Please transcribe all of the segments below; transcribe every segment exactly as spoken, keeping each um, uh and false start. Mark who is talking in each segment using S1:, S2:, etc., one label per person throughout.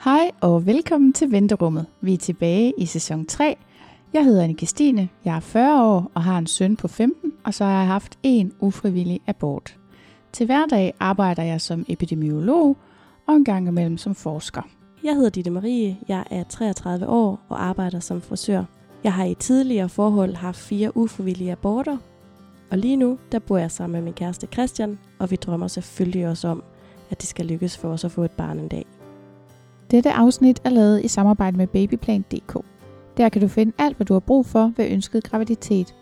S1: Hej og velkommen til Venterummet. Vi er tilbage i sæson tre. Jeg hedder Annika Stine, jeg er fyrre år og har en søn på femten, og så har jeg haft en ufrivillig abort. Til hverdag arbejder jeg som epidemiolog og en gang imellem som forsker.
S2: Jeg hedder Ditte Marie, jeg er treogtredive år og arbejder som frisør. Jeg har i tidligere forhold haft fire ufrivillige aborter, og lige nu der bor jeg sammen med min kæreste Christian, og vi drømmer selvfølgelig også om, at det skal lykkes for os at få et barn en dag.
S1: Dette afsnit er lavet i samarbejde med babyplan punktum d k. Der kan du finde alt, hvad du har brug for ved ønsket graviditet.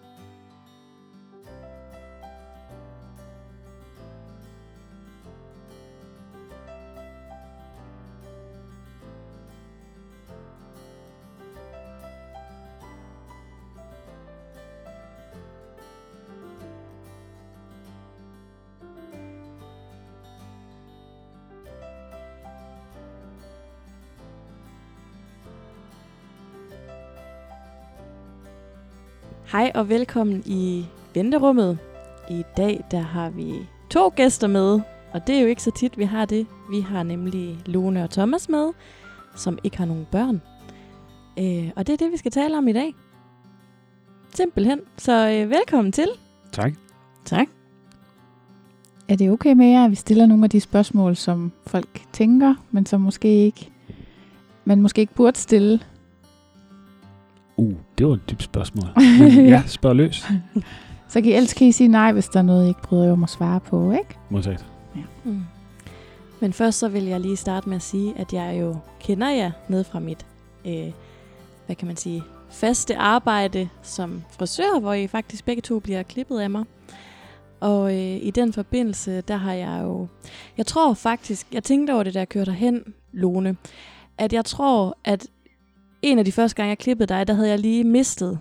S2: Hej og velkommen i Venterummet. I dag der har vi to gæster med, og det er jo ikke så tit, vi har det. Vi har nemlig Lone og Thomas med, som ikke har nogen børn. Øh, og det er det, vi skal tale om i dag. Simpelthen. Så øh, velkommen til.
S3: Tak.
S2: Tak.
S1: Er det okay med jer, at vi stiller nogle af de spørgsmål, som folk tænker, men som måske ikke, man måske ikke burde stille?
S3: Uh, det var et dybt spørgsmål. Men ja, spørg løs.
S1: Så kan I ellers kan I sige nej, hvis der er noget, I ikke bryder jer om at svare på, ikke?
S3: Modtaget.
S2: Ja. Mm. Men først så vil jeg lige starte med at sige, at jeg jo kender jer ned fra mit, øh, hvad kan man sige, faste arbejde som frisør, hvor I faktisk begge to bliver klippet af mig. Og øh, i den forbindelse, der har jeg jo, jeg tror faktisk, jeg tænkte over det, da jeg kørte herhen, Lone, at jeg tror, at en af de første gange, jeg klippede dig, der havde jeg lige mistet.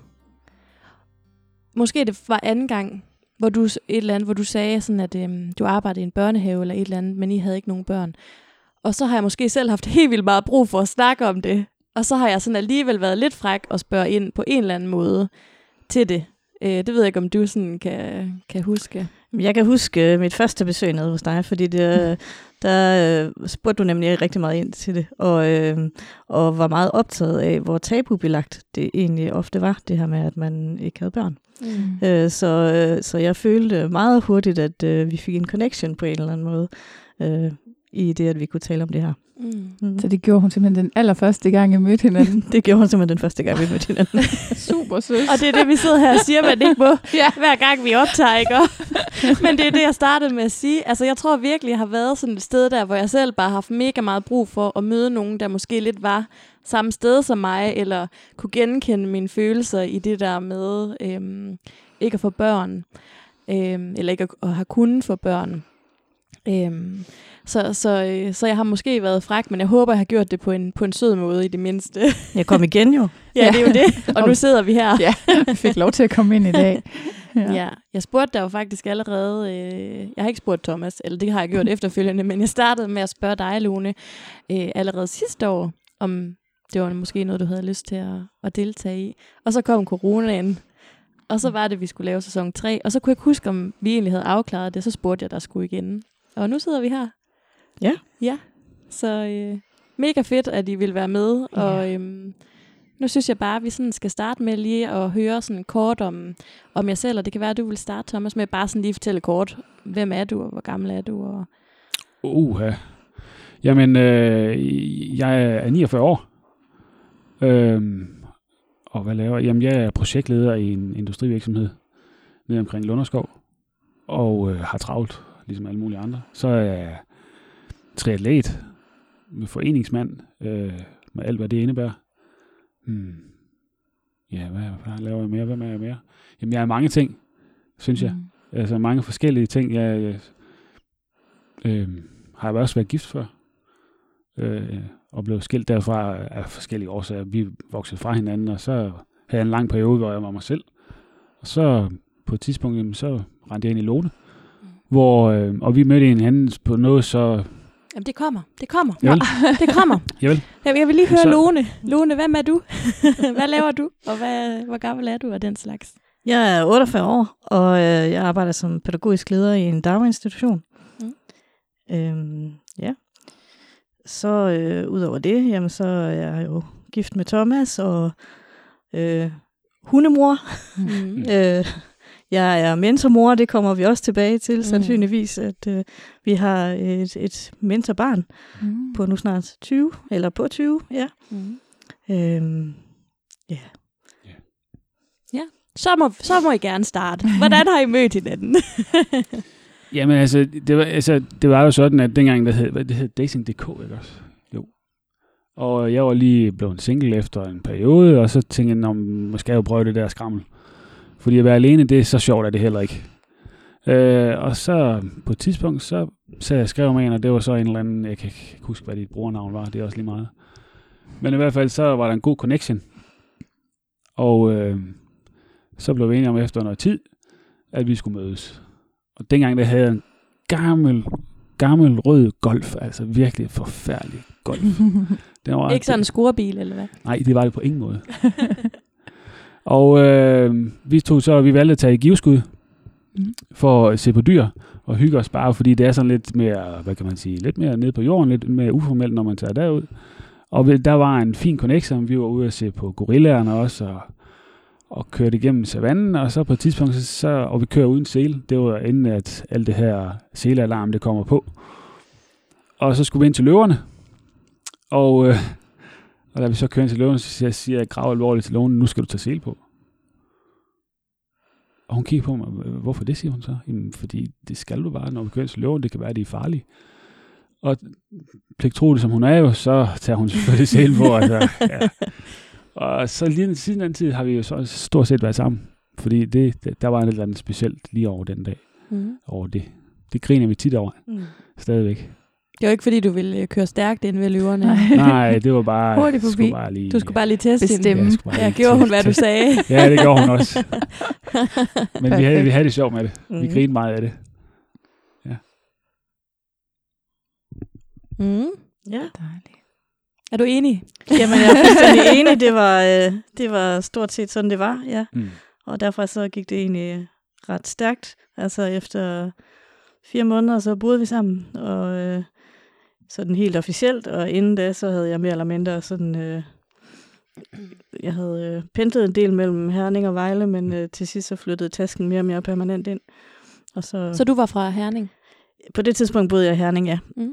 S2: Måske det var anden gang, hvor du, et eller andet, hvor du sagde, sådan, at øhm, du arbejdede i en børnehave eller et eller andet, men I havde ikke nogen børn. Og så har jeg måske selv haft helt vildt meget brug for at snakke om det. Og så har jeg sådan alligevel været lidt fræk og spørge ind på en eller anden måde til det. Øh, det ved jeg ikke, om du sådan kan, kan huske.
S4: Jeg kan huske mit første besøg nede hos dig, fordi det, der øh, spurgte du nemlig rigtig meget ind til det, og, øh, og var meget optaget af, hvor tabubelagt det egentlig ofte var, det her med, at man ikke havde børn. Mm. Øh, så, øh, så jeg følte meget hurtigt, at øh, vi fik en connection på en eller anden måde, øh, i det, at vi kunne tale om det her.
S1: Mm. Mm. Så det gjorde hun simpelthen den allerførste gang, I mødte hinanden?
S4: Det gjorde hun simpelthen den første gang, vi mødte hinanden.
S1: Super søs.
S2: Og det er det, vi sidder her og siger, man ikke må, ja. Hver gang vi optager, ikke? Men det er det, jeg startede med at sige. Altså, jeg tror virkelig, jeg har været sådan et sted der, hvor jeg selv bare har haft mega meget brug for at møde nogen, der måske lidt var samme sted som mig, eller kunne genkende mine følelser i det der med øhm, ikke at få børn, øhm, eller ikke at, at have kunnet få børn. Øhm, så, så, så jeg har måske været fræk, men jeg håber, jeg har gjort det på en, på en sød måde i det mindste.
S4: Jeg kom igen jo.
S2: Ja, det er jo det. Og nu sidder vi her.
S1: Ja, vi fik lov til at komme ind i dag.
S2: Ja, ja, jeg spurgte dig jo faktisk allerede, øh, jeg har ikke spurgt Thomas, eller det har jeg gjort efterfølgende, men jeg startede med at spørge dig, Lone, øh, allerede sidste år, om det var måske noget, du havde lyst til at, at deltage i. Og så kom coronaen, og så var det, vi skulle lave sæson tre, og så kunne jeg ikke huske, om vi egentlig havde afklaret det, så spurgte jeg, der skulle igen. Og nu sidder vi her.
S4: Ja.
S2: Ja, så øh, mega fedt, at I vil være med, ja. Og øhm, nu synes jeg bare, at vi sådan skal starte med lige at høre sådan kort om, om jer selv, og det kan være, at du vil starte, Thomas, med bare sådan lige fortælle kort, hvem er du, og hvor gammel er du? Og
S3: Uha. Jamen, øh, jeg er niogfyrre år, øhm, og hvad laver jeg? Jamen, jeg er projektleder i en industrivirksomhed nede omkring Lunderskov, og øh, har travlt, ligesom alle mulige andre. Så er jeg triatlet, foreningsmand, øh, med alt, hvad det indebærer. Hmm. Ja, hvad, hvad laver jeg mere? Hvad er jeg mere? Jamen, jeg er mange ting, synes jeg. Mm. Altså, mange forskellige ting. Jeg, jeg øh, har også været gift før, øh, og blev skilt derfra af forskellige årsager. Vi voksede fra hinanden, og så havde jeg en lang periode, hvor jeg var mig selv. Og så på et tidspunkt, jamen, så rendte jeg ind i Lone, mm. hvor, øh, og vi mødte hinanden på noget så...
S2: Jamen, det kommer. Det kommer.
S3: Ja,
S2: det kommer.
S3: Javel.
S2: Jeg vil lige høre
S3: så...
S2: Lone. Lone, hvem er du? Hvad laver du? Og hvad, hvor gammel er du af den slags?
S4: Jeg er otteogfyrre år, og øh, jeg arbejder som pædagogisk leder i en daginstitution. Mm. Øhm, ja. så øh, ud over det, jamen, så er jeg jo gift med Thomas og øh, hundemor.
S2: Mm.
S4: øh, jeg er mentormor, det kommer vi også tilbage til, mm. sandsynligvis, at øh, vi har et, et mentorbarn mm. på nu snart tyve, eller på tyve, ja. Mm. Øhm, yeah.
S2: Ja, så må, så må I gerne starte. Hvordan har I mødt hinanden?
S3: Jamen altså det, var, altså, det var jo sådan, at dengang, der hed, hvad det hed, dating punktum d k, ikke også? Jo. Og jeg var lige blevet single efter en periode, og så tænkte jeg, måske jeg jo prøve det der skrammel. Fordi at være alene, det er så sjovt, at det heller ikke. Øh, og så på et tidspunkt, så, så jeg skrev med en, og det var så en eller anden, jeg kan ikke huske, hvad dit brugernavn var, det er også lige meget. Men i hvert fald, så var der en god connection. Og øh, så blev vi enige om efter noget tid, at vi skulle mødes. Og dengang, der havde jeg en gammel, gammel rød Golf, altså virkelig forfærdelig Golf. Den var,
S2: ikke sådan en scorebil, eller hvad?
S3: Nej, det var det på ingen måde. Og øh, vi tog så, vi valgte at tage i giveskud mm. for at se på dyr og hygge os bare, fordi det er sådan lidt mere, hvad kan man sige, lidt mere nede på jorden, lidt mere uformelt, når man tager derud. Og der var en fin connection, vi var ude at se på gorillaerne også, og, og kørte igennem savannen, og så på et tidspunkt, så, og vi kører uden sele, det var inden at alt det her selealarm, det kommer på. Og så skulle vi ind til løverne, og... Øh, Og da vi så kører ind til løven, så siger jeg grav alvorligt til løven, nu skal du tage sele på. Og hun kigger på mig, hvorfor det, siger hun så? Jamen, fordi det skal du bare, når vi kører ind til løven, det kan være, at de er farlige. Og pligttroligt som hun er jo, så tager hun selvfølgelig sele på. Altså, ja. Og så lige siden den tid har vi jo så stort set været sammen. Fordi det, der var en eller andet specielt lige over den dag. Mm. Over det. Det griner vi tit over. Mm. Stadigvæk.
S2: Det var ikke, fordi du ville køre stærkt ind ved løverne.
S3: Nej, det var bare...
S2: Hurtigt forbi. Skulle bare lige, du skulle bare lige teste
S1: bestemme.
S2: hende. Ja, ja gjorde hun, hvad du sagde.
S3: Ja, det gjorde hun også. Men vi havde, vi havde det sjovt med det. Vi grinede meget af det. Ja.
S2: Mm.
S4: Ja.
S2: Dejligt. Er du enig?
S4: Jamen, jeg er fuldstændig enig. Det var, øh, det var stort set sådan, det var. Ja. Mm. Og derfor så gik det egentlig ret stærkt. Altså efter fire måneder, så boede vi sammen. Og... Øh, sådan helt officielt, og inden da, så havde jeg mere eller mindre sådan, øh, jeg havde øh, pendlet en del mellem Herning og Vejle, men øh, til sidst så flyttede tasken mere og mere permanent ind. Og så,
S2: så du var fra Herning?
S4: På det tidspunkt boede jeg i Herning, ja.
S2: Mm.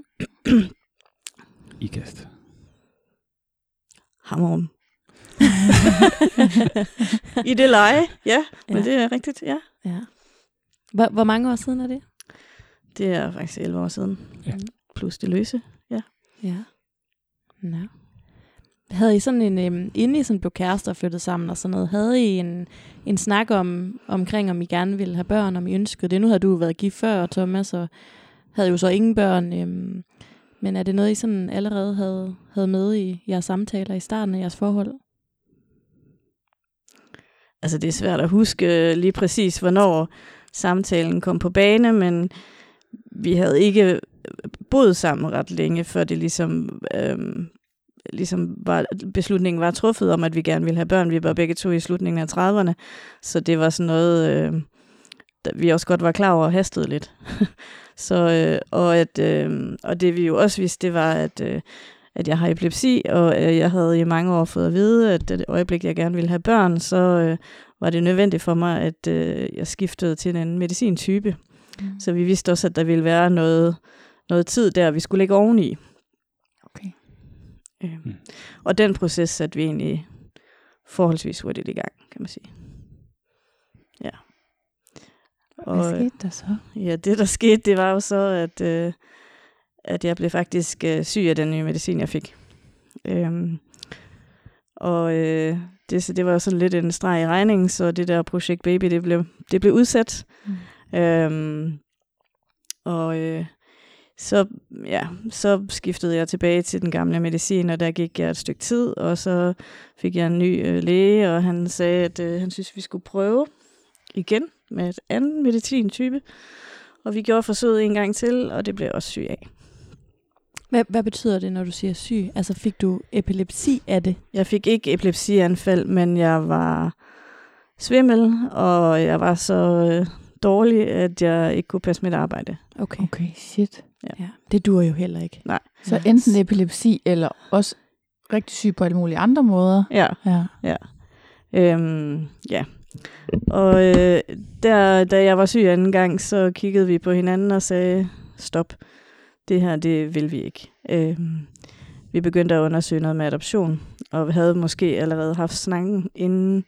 S3: Ikast.
S4: Hammerum. I det leje, ja, men ja. Det er rigtigt, ja.
S2: ja. Hvor, hvor mange år siden er det?
S4: Det er faktisk elleve år siden.
S3: Ja.
S4: Plus det løse, ja.
S2: Ja. Nå. Havde I sådan en, øhm, inden I sådan blev kærester og flyttede sammen og sådan noget, havde I en, en snak om, omkring, om I gerne ville have børn, om I ønskede det? Nu havde du været gift før, og Thomas, og havde jo så ingen børn. Øhm, men er det noget, I sådan allerede havde, havde med i jeres samtaler i starten af jeres forhold?
S4: Altså, det er svært at huske lige præcis, hvornår samtalen kom på bane, men vi havde ikke boet sammen ret længe, før det ligesom, øhm, ligesom var, beslutningen var truffet om, at vi gerne ville have børn. Vi var begge to i slutningen af trediverne, så det var sådan noget, øh, der vi også godt var klar over og hastede lidt. så, øh, og, at, øh, og det vi jo også vidste, det var, at, øh, at jeg har epilepsi, og øh, jeg havde i mange år fået at vide, at det øjeblik, jeg gerne ville have børn, så øh, var det nødvendigt for mig, at øh, jeg skiftede til en medicintype. Mm. Så vi vidste også, at der ville være noget, noget tid der, vi skulle lægge oveni.
S1: Okay.
S4: Øhm. Mm. Og den proces satte vi egentlig forholdsvis hurtigt i gang, kan man sige. Ja.
S1: Hvad og, skete der så?
S4: Ja, det der skete, det var jo så, at, øh, at jeg blev faktisk øh, syg af den nye medicin, jeg fik. Øhm. Og øh, det, så det var jo sådan lidt en streg i regningen, så det der projekt Baby, det blev, det blev udsat. Mm. Øhm, og øh, så, ja, så skiftede jeg tilbage til den gamle medicin, og der gik jeg et stykke tid, og så fik jeg en ny øh, læge, og han sagde, at øh, han synes, vi skulle prøve igen med et andet medicintype. Og vi gjorde forsøget en gang til, og det blev jeg også syg af.
S2: Hvad, hvad betyder det, når du siger syg? Altså fik du epilepsi af det?
S4: Jeg fik ikke epilepsianfald, men jeg var svimmel, og jeg var så øh, dårlig, at jeg ikke kunne passe mit arbejde.
S2: Okay.
S1: Okay, shit.
S4: Ja.
S2: Ja, det dur jo heller ikke.
S4: Nej.
S1: Så enten epilepsi, eller også rigtig syg på alle mulige andre måder.
S4: Ja.
S1: Ja.
S4: Ja. Øhm, ja. Og øh, der, da jeg var syg anden gang, så kiggede vi på hinanden og sagde, stop, det her, det vil vi ikke. Øhm, vi begyndte at undersøge noget med adoption, og vi havde måske allerede haft snakken, inden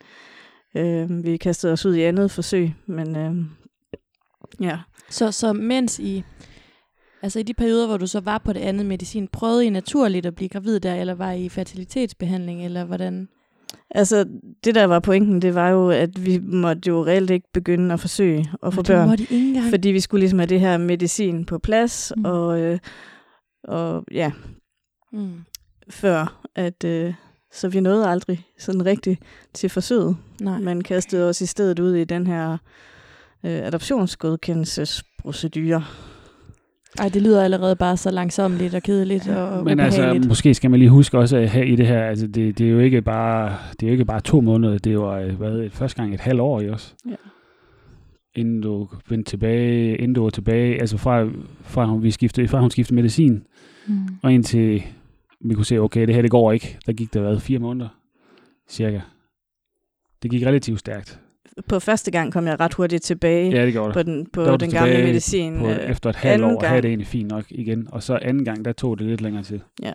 S4: øh, vi kastede os ud i andet forsøg. Men øh, ja.
S2: Så, så mens I, altså i de perioder, hvor du så var på det andet medicin, prøvede I naturligt at blive gravid der, eller var I i fertilitetsbehandling, eller hvordan?
S4: Altså, det der var pointen, det var jo, at vi måtte jo reelt ikke begynde at forsøge at få
S2: Og
S4: børn.
S2: det måtte I ikke engang.
S4: Fordi vi skulle ligesom have det her medicin på plads,
S1: Mm.
S4: mm. og, øh, og ja,
S2: Mm.
S4: før at, øh, så vi nåede aldrig sådan rigtigt til forsøget.
S2: Nej.
S4: Man kastede os i stedet ud i den her øh, adoptionsgodkendelsesprocedure.
S2: Ej, det lyder allerede bare så langsomt og kedeligt og
S3: Men altså,
S2: ubehageligt.
S3: måske skal man lige huske også at have i det her, altså det, det er jo ikke bare, det er jo ikke bare to måneder, det var hvad, første gang et halvt år i også.
S4: Ja.
S3: Inden du vendte tilbage, inden du var tilbage, altså fra, fra hun, vi skiftede, fra hun skiftede medicin,
S1: Mm.
S3: og indtil vi kunne se, okay, det her det går ikke, der gik der hvad, fire måneder, cirka. Det gik relativt stærkt.
S4: På første gang kom jeg ret hurtigt tilbage
S3: Ja, det gjorde
S4: på
S3: det.
S4: den, på
S3: Der var du
S4: den gamle
S3: tilbage
S4: medicin.
S3: På,
S4: øh,
S3: efter et halvt
S4: anden
S3: år
S4: gang.
S3: havde det egentlig fint nok igen, og så anden gang, der tog det lidt længere tid.
S4: Ja.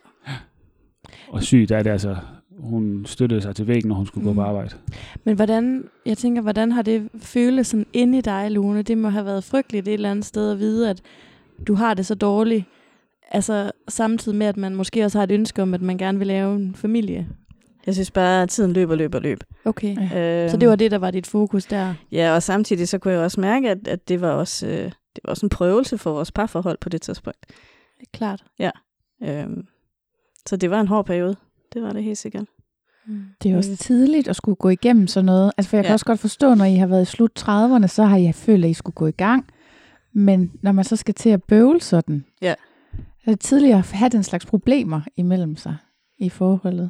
S3: Og syg, der er det altså, hun støttede sig til væggen, når hun skulle
S2: Mm.
S3: gå på arbejde.
S2: Men hvordan, jeg tænker, hvordan har det føles sådan inde i dig, Lone? Det må have været frygteligt et eller andet sted at vide, at du har det så dårligt. Altså samtidig med, at man måske også har et ønske om, at man gerne vil lave en familie.
S4: Jeg synes bare, at tiden løber, løber, løb.
S2: Okay.
S4: Øh,
S2: Så det var det, der var dit fokus der?
S4: Ja, og samtidig så kunne jeg også mærke, at, at det var også øh, det var også en prøvelse for vores parforhold på det tidspunkt.
S2: Klart.
S4: Øh, så det var en hård periode. Det var det helt sikkert.
S2: Mm.
S1: Det er også tidligt at skulle gå igennem sådan noget. Altså, for jeg kan
S4: Ja.
S1: også godt forstå, når I har været i slut trediverne, så har jeg følt, at I skulle gå i gang. Men når man så skal til at bøvle sådan,
S4: Ja.
S1: er det tidligere at have den slags problemer imellem sig i forholdet.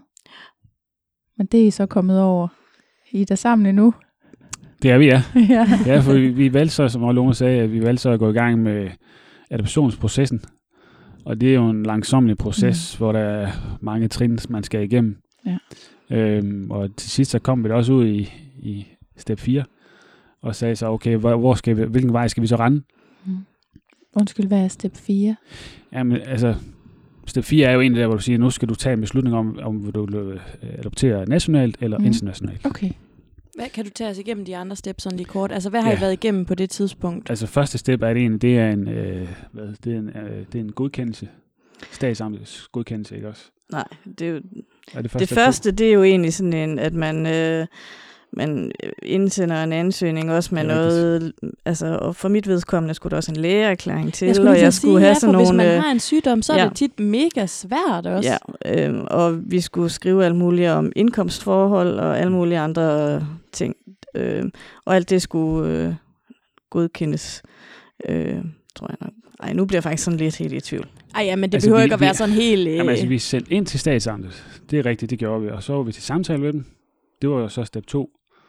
S1: Men det er I så kommet over. I er der sammen endnu.
S3: Det er vi, ja.
S1: Ja.
S3: Ja, for vi, vi valgte så, som Lone sagde, at vi valgte så at gå i gang med adoptionsprocessen. Og det er jo en langsomlig proces, mm. hvor der er mange trin, man skal igennem.
S1: Ja.
S3: Øhm, og til sidst så kom vi da også ud i, i step fire, og sagde så, okay, hvor, hvor skal vi, hvilken vej skal vi så rende?
S1: Mm. Undskyld, hvad er step fire?
S3: Jamen, altså, step fire er jo egentlig der, hvor du siger, nu skal du tage en beslutning om, om du vil adoptere nationalt eller
S1: Mm.
S3: internationalt.
S1: Okay.
S2: Hvad kan du tage os igennem de andre steps sådan lige kort? Altså, hvad har
S3: Ja.
S2: I været igennem på det tidspunkt?
S3: Altså, første step er det egentlig, det er en, øh, hvad, det er en, øh, det er en godkendelse. Statsamtets godkendelse, ikke også?
S4: Nej, det er jo
S3: Er det
S4: det
S3: step to?
S4: første, det er jo egentlig sådan en, at man, øh, man indsender en ansøgning også med
S3: Det er
S4: noget, altså, og for mit vedkommende skulle der også en lægeerklæring til,
S2: Jeg skulle,
S4: og
S2: lige til
S4: jeg
S2: at
S4: skulle
S2: sige,
S4: have
S2: ja,
S4: sådan
S2: for
S4: nogle...
S2: hvis man
S4: øh,
S2: har en sygdom, så er
S4: ja.
S2: det tit mega svært også.
S4: Ja, øh, og vi skulle skrive alt muligt om indkomstforhold og alle mulige andre ting. Øh, og alt det skulle øh, godkendes, øh, tror jeg nok. Ej, nu bliver jeg faktisk sådan lidt helt i tvivl.
S2: Ej, ja, men det
S3: Altså,
S2: behøver
S3: vi-
S2: ikke at
S3: vi-
S2: være sådan helt... Øh...
S3: Jamen, altså, vi sendte ind til statsamtet. Det er rigtigt, det gjorde vi. Og så var vi til samtale med dem. Det var jo så step to.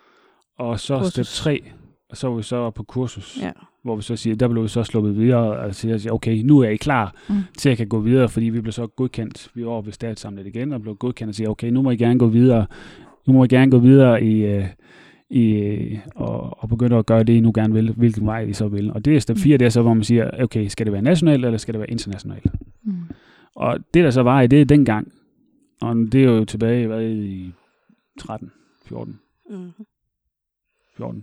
S3: Og så
S4: Kursus.
S3: step tre. Og så var vi så på kursus.
S4: Ja.
S3: Hvor vi så siger, der blev vi så sluppet videre. Og siger, okay, nu er I klar
S1: Mm.
S3: til at kan gå videre. Fordi vi blev så godkendt. Vi var over ved statsamtet igen og blev godkendt og siger, okay, nu må I gerne gå videre. Nu må I gerne gå videre i... Øh, i, og, og begynde at gøre det, I nu gerne vil, hvilken vej I så vil. Og det er step fire, det er så, hvor man siger, okay, skal det være nationalt, eller skal det være internationalt?
S1: Mm.
S3: Og det, der så var i det er dengang, og det er jo tilbage hvad, i tretten, fjorten,
S4: Mm.
S3: fjorten,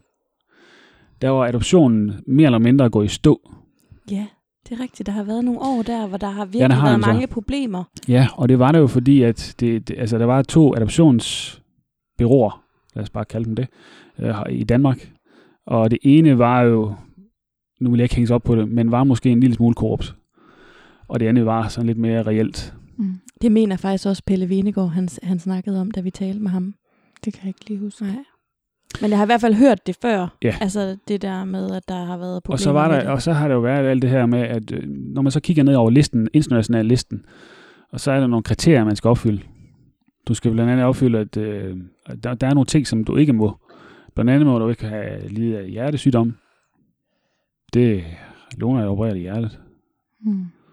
S3: der var adoptionen mere eller mindre gået i stå.
S2: Ja, det er rigtigt. Der har været nogle år der, hvor der har virkelig
S3: Ja, der har
S2: været
S3: den så.
S2: mange problemer.
S3: Ja, og det var det jo fordi, at det, det, altså, der var to adoptionsbureauer, lad os bare kalde dem det, øh, i Danmark. Og det ene var jo, nu vil jeg ikke hænge sig op på det, men var måske en lille smule korrupt. Og det andet var sådan lidt mere reelt.
S1: Mm.
S2: Det mener faktisk også Pelle Venegård, han, han snakkede om, da vi talte med ham.
S1: Det kan jeg ikke lige huske.
S2: Nej. Men jeg har i hvert fald hørt det før.
S3: Ja.
S2: Altså det der med, at der har været problemer
S3: Og så, var
S2: med
S3: der,
S2: det.
S3: og så har der jo været alt det her med, at øh, når man så kigger ned over listen, international listen, og så er der nogle kriterier, man skal opfylde. Du skal blandt andet opfylde, at øh, der, der er nogle ting, som du ikke må. Blandt andet må du ikke have lidet af hjertesygdom. Det Lone er jo opereret i hjertet.
S1: Mm.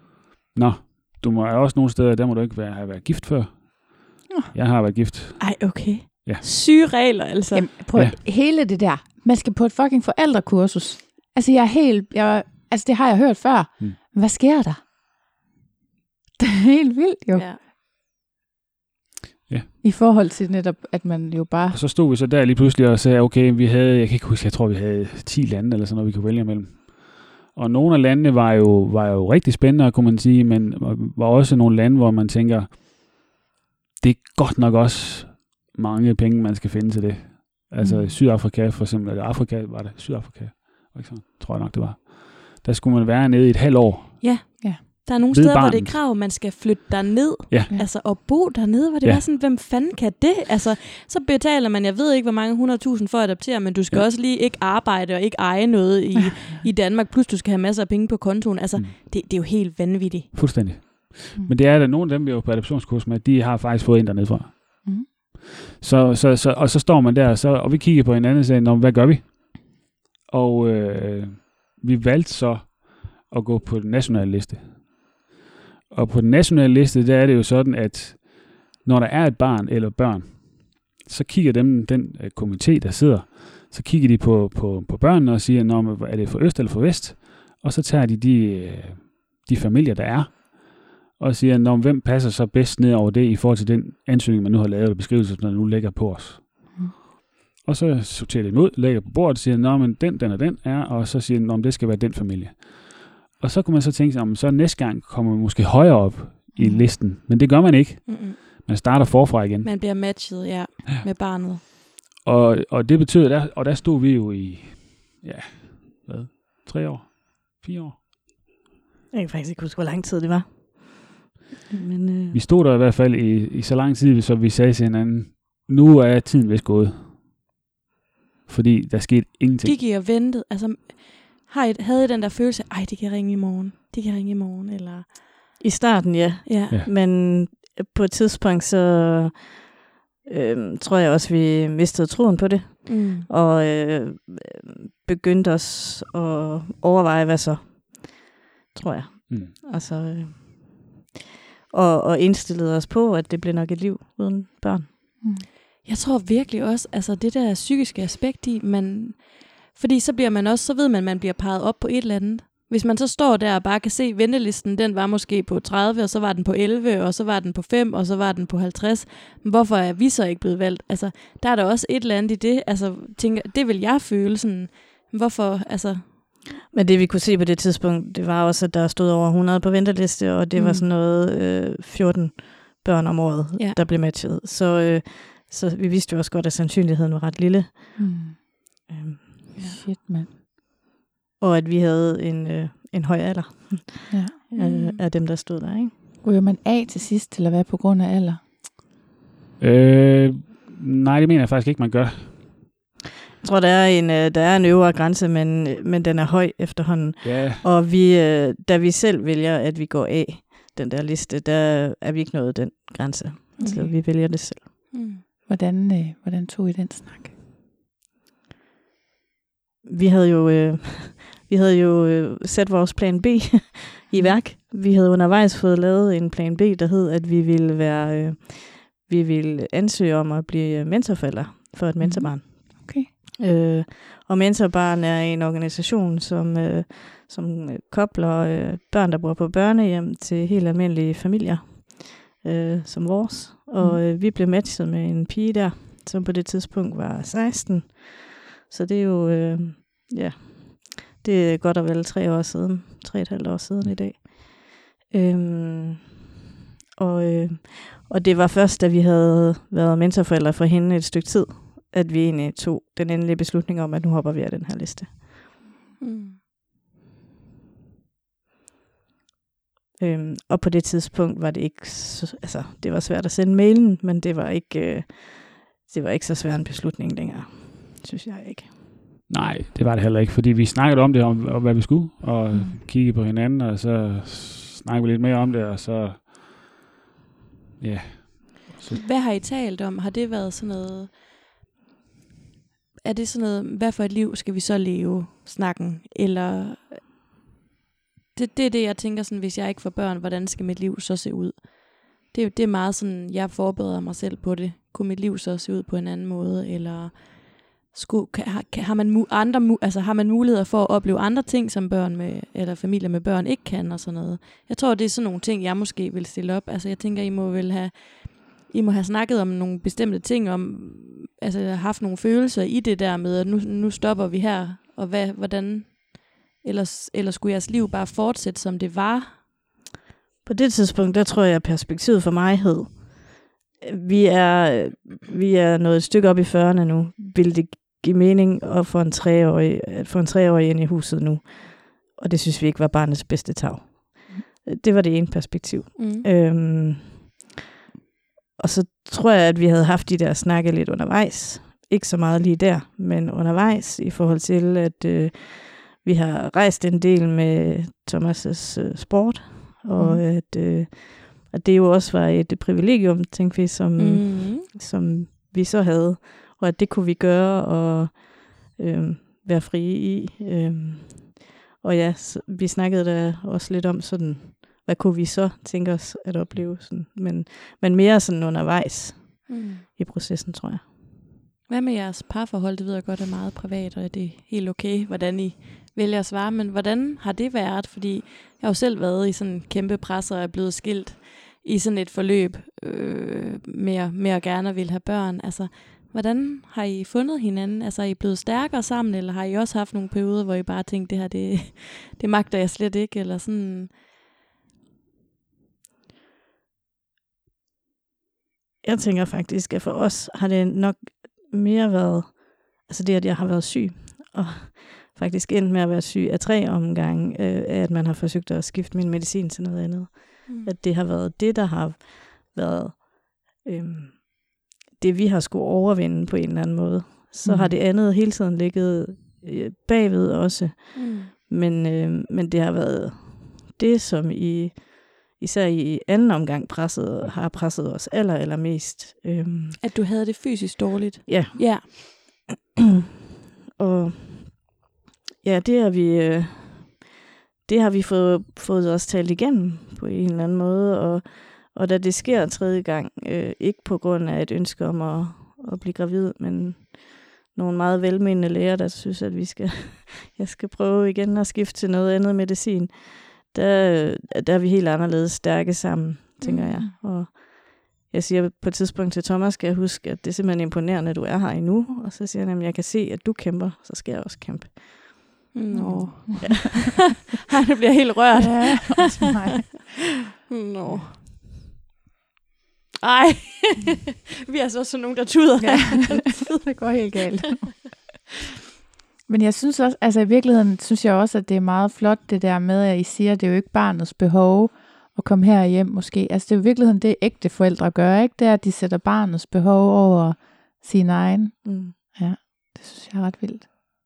S3: Nå, du må også nogle steder, der må du ikke være, have været gift før.
S1: Nå.
S3: Jeg har været gift.
S2: Ej, okay.
S3: Ja.
S2: Syge regler, altså.
S1: Jamen, prøv
S3: Ja.
S1: hele det der. Man skal på et fucking forældrekursus. Altså, jeg er helt... Jeg, altså, det har jeg hørt før.
S3: Hmm.
S1: Hvad sker der? Det er helt vildt, jo.
S2: Ja.
S3: Ja.
S1: I forhold til netop, at man jo bare...
S3: Og så stod vi så der lige pludselig og sagde, okay, vi havde, jeg kan ikke huske, jeg tror, vi havde ti lande eller sådan noget, vi kunne vælge imellem. Og nogle af landene var jo, var jo rigtig spændende, kunne man sige, men var også nogle lande, hvor man tænker, det er godt nok også mange penge, man skal finde til det. Altså
S1: Mm.
S3: Sydafrika for eksempel, eller Afrika var det, Sydafrika, var ikke sådan, tror jeg nok det var. Der skulle man være nede i et halvt år.
S2: Ja.
S1: Ja.
S2: Der er nogle
S3: Ved
S2: steder, hvor
S3: barnet.
S2: det er krav, man skal flytte derned.
S3: Ja.
S2: Altså, og bo dernede, hvor det
S3: Ja.
S2: var sådan, hvem fanden kan det? Altså, så betaler man, jeg ved ikke, hvor mange hundredtusind for at adoptere, men du skal
S3: Ja.
S2: også lige ikke arbejde og ikke eje noget i, i Danmark, plus du skal have masser af penge på kontoen. Altså,
S3: Mm.
S2: det, det er jo helt vanvittigt.
S3: Fuldstændig.
S1: Mm.
S3: Men det er der nogle af dem, vi er jo på adoptionskurs med, de har faktisk fået en dernede fra.
S1: Mm.
S3: Så, så, så, og så står man der, så, og vi kigger på hinanden og siger, Nå, hvad gør vi? Og øh, vi valgte så at gå på den nationale liste. Og på den nationale liste, der er det jo sådan, at når der er et barn eller børn, så kigger dem, den uh, komité, der sidder, så kigger de på, på, på børnene og siger, Nå, er det for øst eller for vest? Og så tager de de, uh, de familier, der er, og siger, Nå, hvem passer så bedst ned over det i forhold til den ansøgning, man nu har lavet, og beskrivelse, som der nu ligger på os.
S1: Mm.
S3: Og så sorterer de dem ud, lægger på bordet og siger, Nå, men den, den og den er, og så siger de, Nå, men det skal være den familie. Og så kunne man så tænke sig, så næste gang kommer man måske højere op i
S1: Mm.
S3: listen. Men det gør man ikke.
S2: Mm-mm.
S3: Man starter forfra igen.
S2: Man bliver matchet, ja, med barnet.
S3: Og, og det betyder, der, og der stod vi jo i, ja, hvad, tre år? Fire år?
S4: Jeg kan faktisk ikke huske, hvor lang tid det var. Men, øh,
S3: Vi stod der i hvert fald i, i så lang tid, så vi sagde til hinanden, nu er tiden vist gået. Fordi der skete ingenting.
S2: Gik I og ventede? Altså, har I, havde I den der følelse, ej, de kan ringe i morgen, de kan ringe i morgen, eller...
S4: I starten, ja.
S2: Ja.
S3: Ja.
S4: Men på et tidspunkt, så øh, tror jeg også, vi mistede troen på det.
S2: Mm.
S4: Og øh, begyndte også at overveje, hvad så, tror jeg.
S3: Mm.
S4: Altså, øh, og, og indstillede os på, at det blev nok et liv uden børn.
S1: Mm.
S2: Jeg tror virkelig også, altså det der psykiske aspekt i, man, fordi så bliver man også, så ved man, at man bliver peget op på et eller andet. Hvis man så står der og bare kan se, ventelisten, den var måske på tredive, og så var den på elleve, og så var den på fem, og så var den på halvtreds. Men hvorfor er vi så ikke blevet valgt? Altså, der er der også et eller andet i det. Altså, tænker, det vil jeg føle sådan, hvorfor, altså...
S4: Men det vi kunne se på det tidspunkt, det var også, at der stod over hundrede på venteliste, og det mm. var
S2: Mm.
S4: sådan noget øh, fjorten børn om året,
S2: Ja.
S4: der blev matchet. Så, øh, så vi vidste jo også godt, at sandsynligheden var ret lille.
S1: Mm.
S4: Øhm,
S1: Shit, mand.
S4: og at vi havde en, øh, en høj alder
S1: Ja.
S4: øh, af dem, der stod der, ikke?
S1: Ryger man af til sidst, eller hvad, på grund af alder?
S3: Øh, nej, det mener jeg faktisk ikke, man gør.
S4: Jeg tror, der er en, øh, der er en øvre grænse, men, men den er høj efterhånden.
S3: Ja,
S4: Og vi, øh, da vi selv vælger, at vi går af den der liste, der er vi ikke nået den grænse. Okay. Så vi vælger det selv.
S2: Mm.
S1: Hvordan, øh, hvordan tog I den snak?
S4: Vi havde jo, øh, vi havde jo øh, sat vores plan B i værk. Vi havde undervejs fået lavet en plan B, der hed, at vi ville være, øh, vi ville ansøge om at blive mentorforælder for et mentorbarn.
S1: Okay.
S4: Øh, og Mentorbarn er en organisation, som, øh, som kobler øh, børn, der bor på børnehjem, til helt almindelige familier, øh, som vores. Og øh, vi blev matchet med en pige der, som på det tidspunkt var seksten. Så det er jo, øh, ja, det er godt og vel tre år siden, tre og et halvt år siden i dag. Øhm, og, øh, og det var først, da vi havde været mentorforældre for hende et stykke tid, at vi egentlig tog den endelige beslutning om, at nu hopper vi af den her liste.
S2: Mm.
S4: Øhm, og på det tidspunkt var det ikke, så, altså det var svært at sende mailen, men det var ikke, øh, det var ikke så svær en beslutning længere, synes jeg ikke.
S3: nej, det var det heller ikke, fordi vi snakkede om det, om, om hvad vi skulle, og
S1: Mm.
S3: kiggede på hinanden, og så snakkede vi lidt mere om det, og så, ja. Så,
S2: Hvad har I talt om? Har det været sådan noget... Er det sådan noget, hvad for et liv skal vi så leve, snakken? Eller det, det er det, jeg tænker sådan, hvis jeg ikke får børn, hvordan skal mit liv så se ud? Det, er det er meget sådan, jeg forbereder mig selv på det. Kunne mit liv så se ud på en anden måde? Eller skulle, kan, har, har, man, andre, altså, har man muligheder for at opleve andre ting, som børn med, eller familier med børn ikke kan og sådan noget? Jeg tror, det er sådan nogle ting, jeg måske vil stille op. Altså, jeg tænker, I må vel have, I må have snakket om nogle bestemte ting, om, altså haft nogle følelser i det der med, at nu, nu stopper vi her, og hvad, hvordan, ellers, ellers skulle jeres liv bare fortsætte, som det var?
S4: På det tidspunkt, der tror jeg, at perspektivet for mig hed, vi er, vi er nået et stykke op i fyrrerne nu. Vil det give mening at få en treårig, at få en treårig ind i huset nu? Og det synes vi ikke var barnets bedste tag. Det var det ene perspektiv. Mm. Øhm, og så tror jeg, at vi havde haft de der snakke lidt undervejs. Ikke så meget lige der, men undervejs i forhold til, at øh, vi har rejst en del med Thomas' øh, sport, og mm. at, øh, at det jo også var et privilegium, tænkte vi, som, mm. som vi så havde, og at det kunne vi gøre og øh, være frie i. Øh, og ja, så, vi snakkede da også lidt om sådan, hvad kunne vi så tænke os at opleve, sådan, men, men mere sådan undervejs mm. i processen, tror jeg.
S2: Hvad med jeres parforhold? Det ved jeg godt er meget privat, og det er helt okay, hvordan I vælger at svare, men hvordan har det været? Fordi jeg har jo selv været i sådan en kæmpe pres, og er blevet skilt i sådan et forløb øh, med, med at gerne vil have børn. Altså, hvordan har I fundet hinanden? Altså, er I blevet stærkere sammen, eller har I også haft nogle perioder, hvor I bare tænkte, det her, det, det magter jeg slet ikke, eller sådan?
S4: Jeg tænker faktisk, at for os har det nok mere været, altså det, at jeg har været syg, og faktisk endt med at være syg af tre omgange, øh, af at man har forsøgt at skifte min medicin til noget andet. Mm. At det har været det, der har været øh, det, vi har skulle overvinde på en eller anden måde. Så mm. har det andet hele tiden ligget øh, bagved også. Mm. Men, øh, men det har været det, som i især i anden omgang presset, har presset os aller, aller mest. Øhm,
S2: At du havde det fysisk dårligt?
S4: Ja.
S2: Ja.
S4: Og ja, det har vi, øh, det har vi fået, fået os talt igennem på en eller anden måde. Og, og da det sker tredje gang, øh, ikke på grund af et ønske om at, at blive gravid, men nogle meget velmenende læger, der synes, at vi skal, jeg skal prøve igen at skifte til noget andet medicin. Der, der er vi helt anderledes stærke sammen, tænker mm. jeg. Og jeg siger på et tidspunkt til Thomas, skal jeg huske, at det er simpelthen imponerende, at du er her endnu. Og så siger han, at jeg kan se, at du kæmper, så skal jeg også kæmpe.
S2: Nå. Ja. Han bliver helt rørt.
S1: Ja, også mig.
S2: Nå. Ej, vi er så sådan nogen, der tuder.
S1: Ja, det går helt galt. Men jeg synes også, altså i virkeligheden synes jeg også, at det er meget flot det der med, at I siger, at det er jo ikke barnets behov at komme her hjem måske. Altså det er jo i virkeligheden det, ægte forældre gør, ikke? Det er, at de sætter barnets behov over sin egen. Mm. Ja, det synes jeg er ret vildt.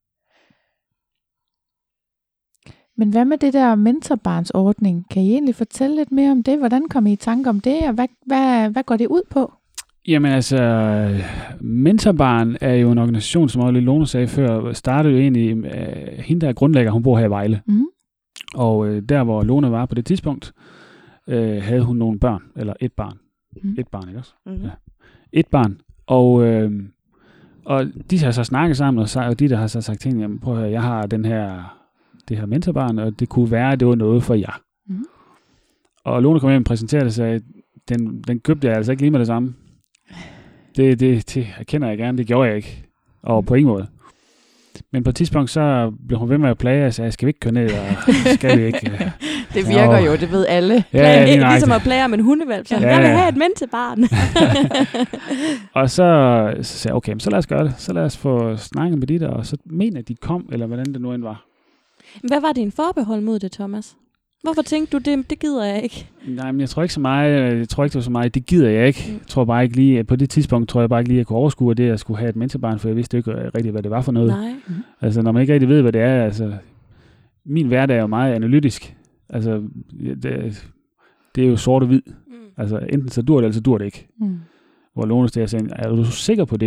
S1: Men hvad med det der mentorbarnsordning? Kan I egentlig fortælle lidt mere om det? Hvordan kom I i tanke om det, og hvad, hvad, hvad går det ud på?
S3: Jamen altså, Mentorbarn er jo en organisation, som også Lone sagde før, startede jo egentlig, uh, hende der er grundlægger, hun bor her i Vejle. Mm. Og uh, der, hvor Lone var på det tidspunkt, uh, havde hun nogle børn, eller et barn. Mm. Et barn, ikke også? Mm. Ja. Et barn. Og, uh, og de har så snakket sammen, og, så, og de der har så sagt til hende, jamen prøv at høre, jeg har den her, det her mentorbarn, og det kunne være, at det var noget for jer. Mm. Og Lone kom hjem og præsenterede det, og sagde, den, den købte jeg altså ikke lige med det samme. Det, det, det erkender jeg gerne, det gjorde jeg ikke. Og på ingen måde. Men på et tidspunkt, så blev hun ved med at plage, og sagde, skal vi ikke køre ned, og skal vi ikke? Ja.
S1: Det virker jo, det ved alle.
S2: Ja, ja, ikke ligesom at plage om en hundevalg. Så ja, jeg vil have et mentorbarn.
S3: Og så, så sagde jeg, okay, så lad os gøre det. Så lad os få snakket med de der, og så mener de kom, eller hvordan det nu end var.
S2: Hvad var din forbehold mod det, Thomas? Hvorfor tænkte du, det, det gider jeg ikke?
S3: Nej, men jeg tror ikke så meget, jeg tror ikke, det var så meget, det gider jeg ikke. Jeg tror bare ikke lige, på det tidspunkt tror jeg bare ikke lige, at jeg kunne overskue det, at jeg skulle have et mentorbarn, for jeg vidste ikke rigtig, hvad det var for noget.
S2: Nej. Mm.
S3: Altså, når man ikke rigtig ved, hvad det er, altså, min hverdag er jo meget analytisk. Altså, det, det er jo sort og hvid. Mm. Altså, enten så dur det, eller så dur det ikke. Mm. Hvor Lone der sagde, er du sikker på det?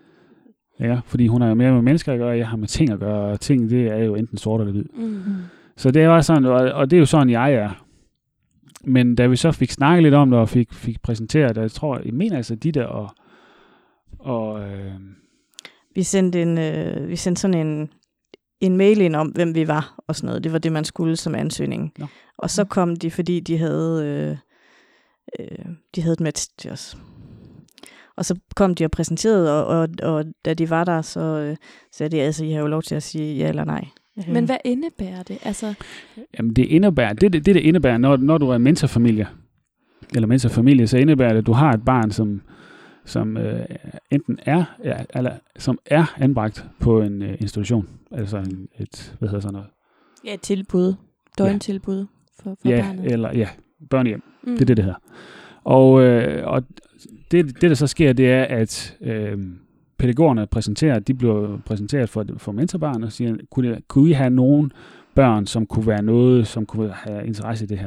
S3: Ja, fordi hun har jo mere med mennesker at gøre, og jeg har med ting at gøre, og ting, det er jo enten sort eller hvid. Mm. Så det var sådan, og, og det er jo sådan, jeg er. Men da vi så fik snakket lidt om det, og fik, fik præsenteret det, jeg tror, jeg mener altså, de der, og... og øh...
S4: Vi sendte, en, øh, vi sendte sådan en, en mail ind om, hvem vi var, og sådan noget. Det var det, man skulle som ansøgning. No. Og så kom de, fordi de havde, øh, øh, de havde et match til os. Og så kom de og præsenterede, og, og, og da de var der, så øh, sagde de, altså, I har jo lov til at sige ja eller nej.
S2: Men hvad indebærer det? Altså...
S3: Jamen, det indebærer, det, det, det, det indebærer, når, når du er mentorfamilie, eller mentorfamilie, så indebærer det, at du har et barn, som, som øh, enten er, ja, eller som er anbragt på en øh, institution, altså en, et, hvad hedder sådan noget?
S2: Ja, et tilbud, døgntilbud ja. for, for
S3: ja,
S2: barnet.
S3: Eller, ja, børnehjem,
S2: mm.
S3: det er det, det hedder. Og, øh, og det, det, der så sker, det er, at øh, pædagogerne præsenterer, de bliver præsenteret for, for mentorbarn og siger, kunne, det, kunne I have nogen børn, som kunne være noget, som kunne have interesse i det her?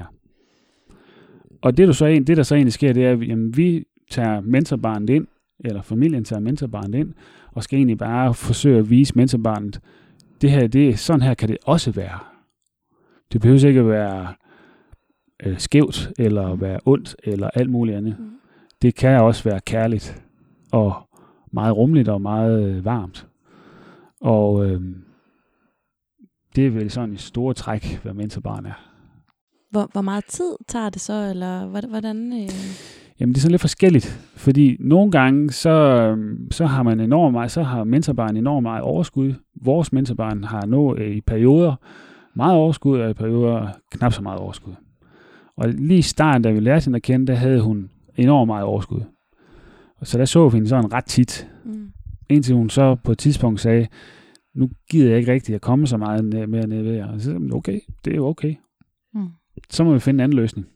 S3: Og det, du så, det der så egentlig sker, det er, at jamen, vi tager mentorbarnet ind, eller familien tager mentorbarnet ind, og skal egentlig bare forsøge at vise mentorbarnet, det her, det, sådan her kan det også være. Det behøver ikke at være øh, skævt, eller være ondt, eller alt muligt andet. Mm. Det kan også være kærligt, og meget rummeligt, og meget øh, varmt. Og øh, det er vel sådan i store træk, hvad mentorbarn er.
S2: Hvor, hvor meget tid tager det så, eller hvordan? Øh...
S3: Jamen det er sådan lidt forskelligt, fordi nogle gange, så, så har man enormt meget, så har mentorbarn enormt meget overskud. Vores mentorbarn har nu øh, i perioder meget overskud, og i perioder knap så meget overskud. Og lige i starten, da vi lærte hende at kende, der havde hun enormt meget overskud. Og så der så vi hende sådan ret tit. Mm. Indtil hun så på et tidspunkt sagde, nu gider jeg ikke rigtig at komme så meget mere ned ved jer. Og så sagde okay, det er jo okay. Mm. Så må vi finde en anden løsning.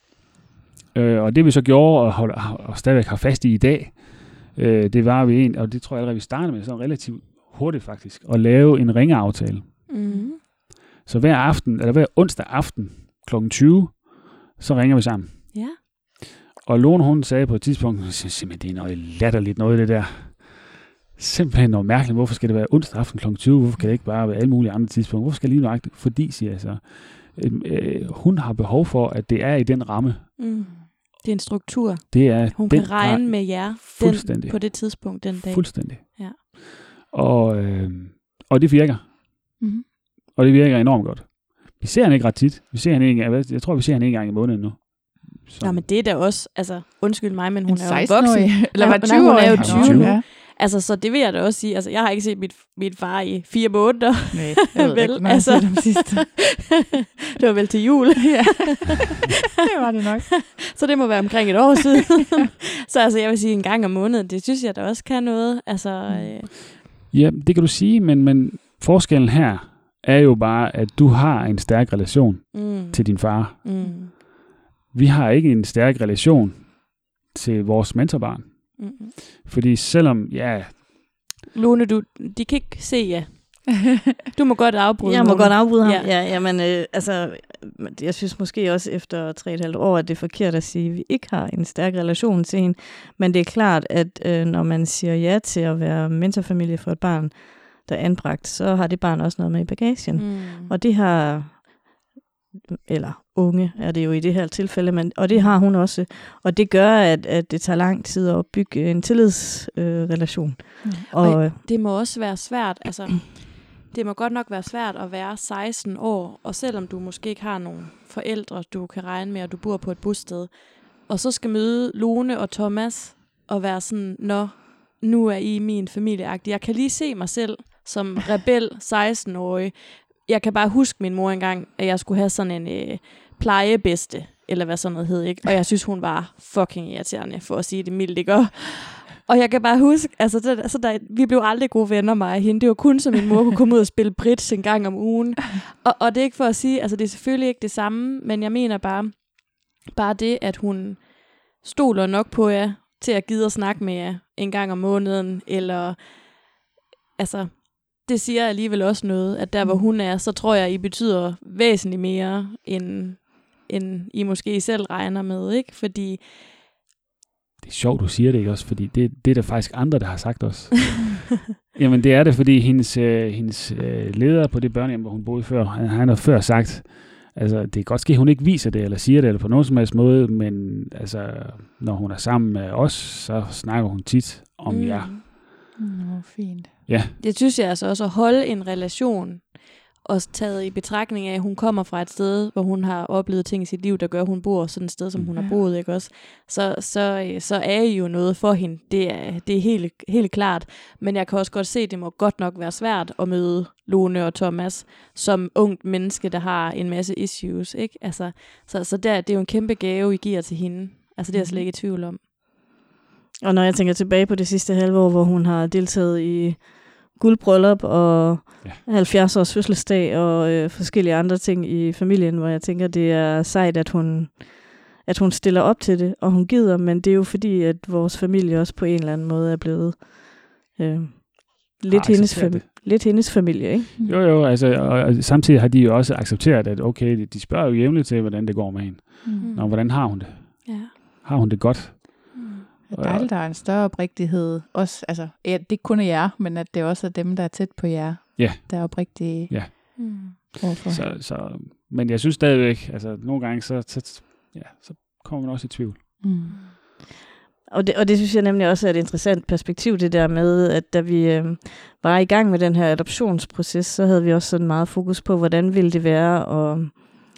S3: Øh, og det vi så gjorde, og, hold, og stadigvæk har fast i i dag, øh, det var vi en, og det tror jeg allerede, vi startede med, sådan relativt hurtigt faktisk, at lave en ringeaftale. Mm. Så hver aften, eller hver onsdag aften, klokken tyve, så ringer vi sammen.
S2: Ja.
S3: Og Lone, hun sagde på et tidspunkt, simpelthen, det er noget latterligt noget, det der. Simpelthen noget mærkeligt. Hvorfor skal det være onsdag aften klokken tyve? Hvorfor kan det ikke bare være alle mulige andre tidspunkter? Hvorfor skal det lige nøjagtigt? Fordi, siger jeg så, øh, øh, hun har behov for, at det er i den ramme.
S2: Mm. Det er en struktur.
S3: Det er
S2: hun
S3: den
S2: kan regne
S3: ra-
S2: med jer den, på det tidspunkt den dag.
S3: Fuldstændig.
S2: Ja.
S3: Og, øh, og det virker.
S2: Mm-hmm.
S3: Og det virker enormt godt. Vi ser hende ikke ret tit. Vi ser hende ikke, jeg tror, vi ser hende en gang i måneden nu.
S2: Så. Ja, men det er da også, altså, undskyld mig, men hun
S1: en
S2: er jo voksen.
S1: Eller var tyve
S2: år? Hun er jo
S1: tyve.
S2: tyve nu. Ja. Altså, så det vil jeg da også sige. Altså, jeg har ikke set mit, mit far i fire måneder.
S1: Nej, jeg ved
S2: vel,
S1: ikke,
S2: altså,
S1: jeg dem sidste.
S2: Det var vel til jul.
S1: Ja, det var det nok.
S2: Så det må være omkring et år siden. Så altså, jeg vil sige en gang om måneden, det synes jeg da også kan noget. Altså, øh...
S3: Ja, det kan du sige, men, men forskellen her er jo bare, at du har en stærk relation mm. til din far.
S2: Mm.
S3: Vi har ikke en stærk relation til vores mentorbarn.
S2: Mm-hmm.
S3: Fordi selvom, ja...
S2: Lone, du, de kan ikke se ja. Du må godt afbryde
S4: Jeg må
S2: Lone.
S4: godt afbryde ham.
S2: Ja,
S4: ja jamen, øh, altså, jeg synes måske også efter tre og et halvt år, at det er forkert at sige, at vi ikke har en stærk relation til hende. Men det er klart, at øh, når man siger ja til at være mentorfamilie for et barn, der er anbragt, så har det barn også noget med i bagagen. Mm. Og det har... eller unge er det jo i det her tilfælde, men, og det har hun også. Og det gør, at, at det tager lang tid at bygge en tillidsrelation. Øh, mm.
S2: og, og det må også være svært, altså det må godt nok være svært at være seksten år, og selvom du måske ikke har nogen forældre, du kan regne med, at du bor på et bosted, og så skal møde Lone og Thomas, og være sådan, nå, nu er I min familieagtig. Jeg kan lige se mig selv som rebel seksten-årig. Jeg kan bare huske min mor engang, at jeg skulle have sådan en øh, plejebedste, eller hvad sådan noget hed, ikke? Og jeg synes, hun var fucking irriterende, for at sige det mildt, ikke? Og, og jeg kan bare huske, altså, det, altså der, vi blev aldrig gode venner, mig og hende. Det var kun, så min mor kunne komme ud og spille bridge en gang om ugen. Og, og det er ikke for at sige, altså det er selvfølgelig ikke det samme, men jeg mener bare, bare det, at hun stoler nok på jer, til at gide at snakke med jer en gang om måneden, eller altså... Det siger alligevel også noget, at der, hvor hun er, så tror jeg, I betyder væsentligt mere, end, end I måske selv regner med, ikke? Fordi...
S3: Det er sjovt, du siger det, ikke også? Fordi det, det er der faktisk andre, der har sagt os. Jamen det er det, fordi hendes, øh, hendes øh, leder på det børnehjem, hvor hun boede før, han, han har før sagt, altså det kan godt ske, at hun ikke viser det, eller siger det, eller på nogen som helst måde, men altså, når hun er sammen med os, så snakker hun tit om mm. jer.
S1: Nå, fint.
S3: Ja.
S2: Det synes jeg altså også, at holde en relation, også taget i betragtning af, at hun kommer fra et sted, hvor hun har oplevet ting i sit liv, der gør, at hun bor sådan et sted, som hun ja. har boet, ikke også? Så, så, så er I jo noget for hende. Det er, det er helt, helt klart. Men jeg kan også godt se, at det må godt nok være svært at møde Lone og Thomas som ungt menneske, der har en masse issues, ikke? Altså, så så der, det er jo en kæmpe gave, I giver til hende. Altså, det er jeg slet ikke i tvivl om.
S4: Og når jeg tænker tilbage på det sidste halve år, hvor hun har deltaget i guldbryllup og ja. halvfjerds års fødselsdag og øh, forskellige andre ting i familien, hvor jeg tænker, det er sejt, at hun, at hun stiller op til det, og hun gider, men det er jo fordi, at vores familie også på en eller anden måde er blevet øh, lidt, hendes fami- lidt hendes familie, ikke?
S3: Jo, jo, altså, og, og samtidig har de jo også accepteret, at okay, de, de spørger jo jævnligt til, hvordan det går med hende. Mm. Nå, hvordan har hun det?
S2: Ja.
S3: Har hun det godt?
S1: Det er dejligt, der er en større oprigtighed. Også, altså, ja, det ikke kun er jer, men at det også er dem, der er tæt på jer,
S3: ja.
S1: der er oprigtige
S3: ja.
S1: mm. overfor.
S3: Så, så, men jeg synes stadigvæk, altså nogle gange, så, så, ja, så kommer man også i tvivl.
S1: Mm.
S4: Og, det, og det synes jeg nemlig også er et interessant perspektiv, det der med, at da vi øh, var i gang med den her adoptionsproces, så havde vi også sådan meget fokus på, hvordan ville det være at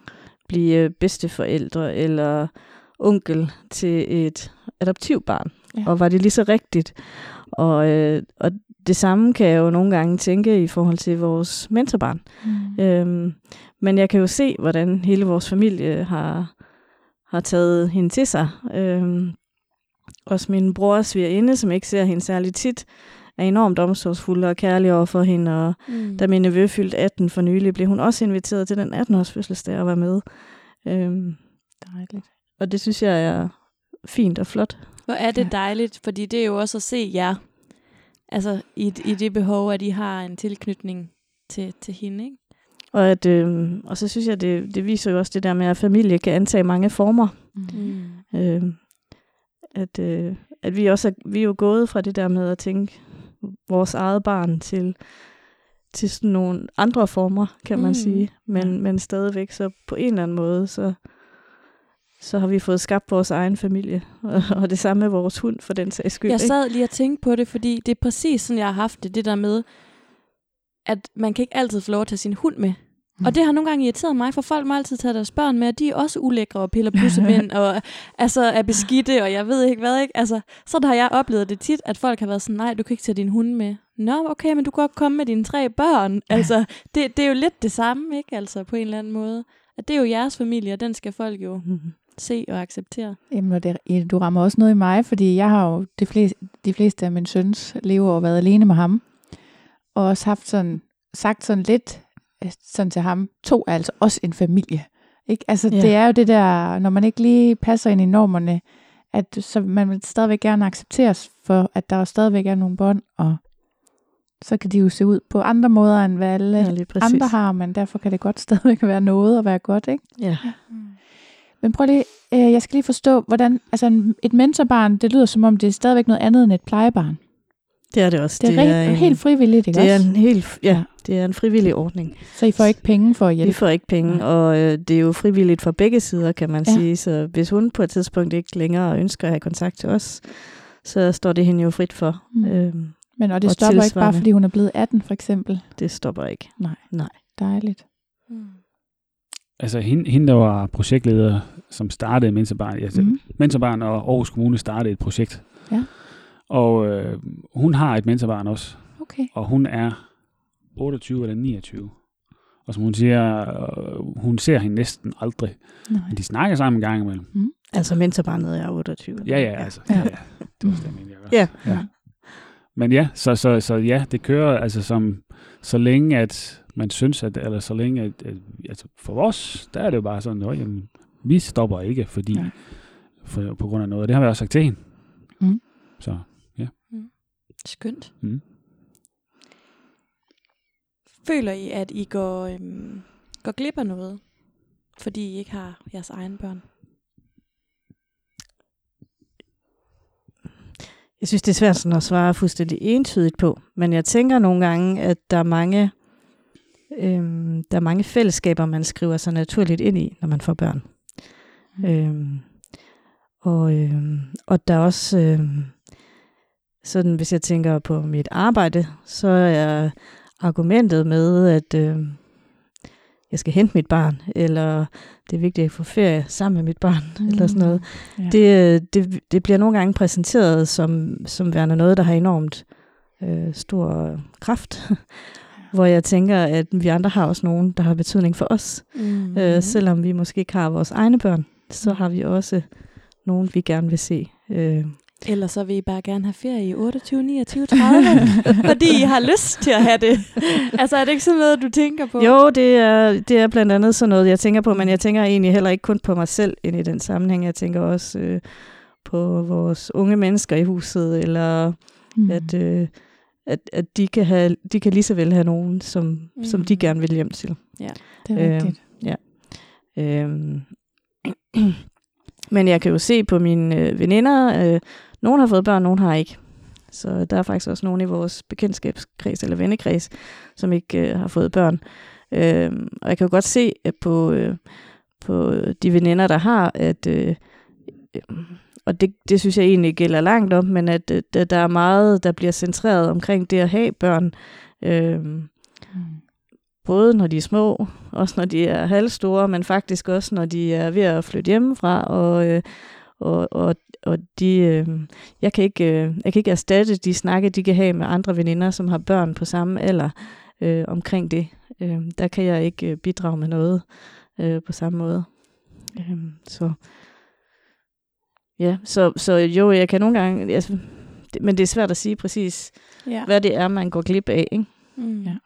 S4: blive bedsteforældre eller onkel til et adoptivbarn. Ja. Og var det lige så rigtigt? Og, øh, og det samme kan jeg jo nogle gange tænke i forhold til vores mentorbarn. Mm. Øhm, men jeg kan jo se, hvordan hele vores familie har, har taget hende til sig. Øhm, også min bror svigerinde, som ikke ser hende særlig tit, er enormt omsorgsfuld og kærlig over for hende. Og mm. da min nevø fyldte atten for nylig, blev hun også inviteret til den atten-års fødselsdag og var med. Øhm,
S1: Dejligt.
S4: Og det synes jeg er fint og flot.
S2: Hvor er det dejligt, fordi det er jo også at se jer, altså i, i det behov, at I har en tilknytning til, til hende, ikke?
S4: Og, at, øh, og så synes jeg, det, det viser jo også det der med, at familie kan antage mange former. Mm. Øh, at, øh, at vi også er, vi er jo gået fra det der med at tænke vores eget barn til, til sådan nogle andre former, kan man mm. sige. Men, ja. men stadigvæk så på en eller anden måde, så så har vi fået skabt vores egen familie. Og, og det samme med vores hund, for den sags skyld.
S2: Jeg sad lige og tænkte på det, fordi det er præcis sådan, jeg har haft det, det der med, at man kan ikke altid få lov at tage sin hund med. Mm. Og det har nogle gange irriteret mig, for folk må altid tage deres børn med, og de er også ulækre og piller pussemænd, og altså er beskidte, og jeg ved ikke hvad, ikke? Altså, så har jeg oplevet det tit, at folk har været sådan, nej, du kan ikke tage din hund med. Nå, okay, men du kan godt komme med dine tre børn. Altså, det, det er jo lidt det samme, ikke? Altså, på en eller anden måde. At det er jo jeres familie, og den skal folk jo mm. se og acceptere.
S1: Jamen, og det, du rammer også noget i mig, fordi jeg har jo de fleste, de fleste af mine søns lever været alene med ham, og også haft sådan, sagt sådan lidt sådan til ham, to er altså også en familie. Ikke? Altså, ja. Det er jo det der, når man ikke lige passer ind i normerne, at så man vil stadigvæk gerne accepteres for, at der jo stadigvæk er nogle bånd, og så kan de jo se ud på andre måder, end hvad alle ja, andre har, men derfor kan det godt stadigvæk være noget at være godt, ikke?
S4: Ja. ja.
S1: Men prøv lige, øh, jeg skal lige forstå, hvordan, altså et mentorbarn, det lyder som om, det er stadigvæk noget andet end et plejebarn.
S4: Det er det også.
S1: Det er, det er en, helt frivilligt, ikke
S4: det
S1: også?
S4: Er en helt, ja, det er en frivillig ordning.
S1: Så I får ikke penge for at hjælpe?
S4: Vi får ikke penge, og øh, det er jo frivilligt for begge sider, kan man ja. sige. Så hvis hun på et tidspunkt ikke længere ønsker at have kontakt til os, så står det hende jo frit for.
S1: Mm. Øhm, Men og det og stopper ikke bare, fordi hun er blevet atten, for eksempel?
S4: Det stopper ikke.
S1: Nej.
S4: Nej.
S1: Dejligt. Mm.
S3: Altså hende, hende, der var projektleder, som startede Mentorbarn, altså, mm. Mentorbarn og Aarhus Kommune startede et projekt.
S1: Ja.
S3: Og øh, hun har et mentorbarn også.
S1: Okay.
S3: Og hun er otteogtyve eller niogtyve. Og som hun siger, øh, hun ser hende næsten aldrig. Nej. Men de snakker sammen en gang imellem.
S4: Mm. Altså mentorbarnet er otteogtyve.
S3: Ja, ja, altså. Ja. Ja, ja. Det var det, jeg mener, jeg ja. ja. Men ja, så, så, så ja, det kører altså som, så længe at man synes, at, eller så længe at, at altså for os, der er det jo bare sådan, at jamen, vi stopper ikke, fordi, ja. for, på grund af noget. Det har vi også sagt til hende. Mm. Så, ja.
S2: Mm. Skønt.
S3: Mm.
S2: Føler I, at I går, øhm, går glip af noget, fordi I ikke har jeres egne børn?
S4: Jeg synes, det er svært sådan at svare fuldstændig entydigt på, men jeg tænker nogle gange, at der er mange, øhm, der er mange fællesskaber, man skriver sig naturligt ind i, når man får børn. Mm. Øhm, og, øhm, og der er også, øhm, sådan hvis jeg tænker på mit arbejde, så er argumentet med, at øhm, jeg skal hente mit barn, eller det er vigtigt at få ferie sammen med mit barn, mm. eller sådan noget. Ja. Det, det, det bliver nogle gange præsenteret som, som værende noget, der har enormt øh, stor kraft, hvor jeg tænker, at vi andre har også nogen, der har betydning for os. Mm. Øh, selvom vi måske ikke har vores egne børn, så har vi også nogen, vi gerne vil se. Øh,
S2: Eller så vil I bare gerne have ferie i otteogtyve, niogtyve, tredive, fordi I har lyst til at have det. Altså er det ikke sådan noget, du tænker på?
S4: Jo, det er, det er blandt andet sådan noget, jeg tænker på, men jeg tænker egentlig heller ikke kun på mig selv ind i den sammenhæng. Jeg tænker også øh, på vores unge mennesker i huset, eller mm. at, øh, at, at de, kan have, de kan lige så vel have nogen, som, mm. som de gerne vil hjem til.
S2: Ja,
S1: det er rigtigt.
S4: Øh, ja. øh, men jeg kan jo se på mine øh, veninder, øh, nogle har fået børn, nogle har ikke. Så der er faktisk også nogle i vores bekendtskabskreds eller vennekreds, som ikke øh, har fået børn. Øh, og jeg kan jo godt se at på, øh, på de veninder, der har, at, øh, og det, det synes jeg egentlig gælder langt om, men at øh, der er meget, der bliver centreret omkring det at have børn. Øh, mm. Både når de er små, også når de er halvstore, men faktisk også når de er ved at flytte hjemmefra, og øh, Og, og, og de, øh, jeg, kan ikke, øh, jeg kan ikke erstatte de snakke, de kan have med andre veninder, som har børn på samme alder øh, omkring det. Øh, der kan jeg ikke øh, bidrage med noget øh, på samme måde. Øh, så, ja, så, så jo, jeg kan nogle gange, altså, det, men det er svært at sige præcis, ja. hvad det er, man går glip af. Ikke?
S1: Mm. Ja.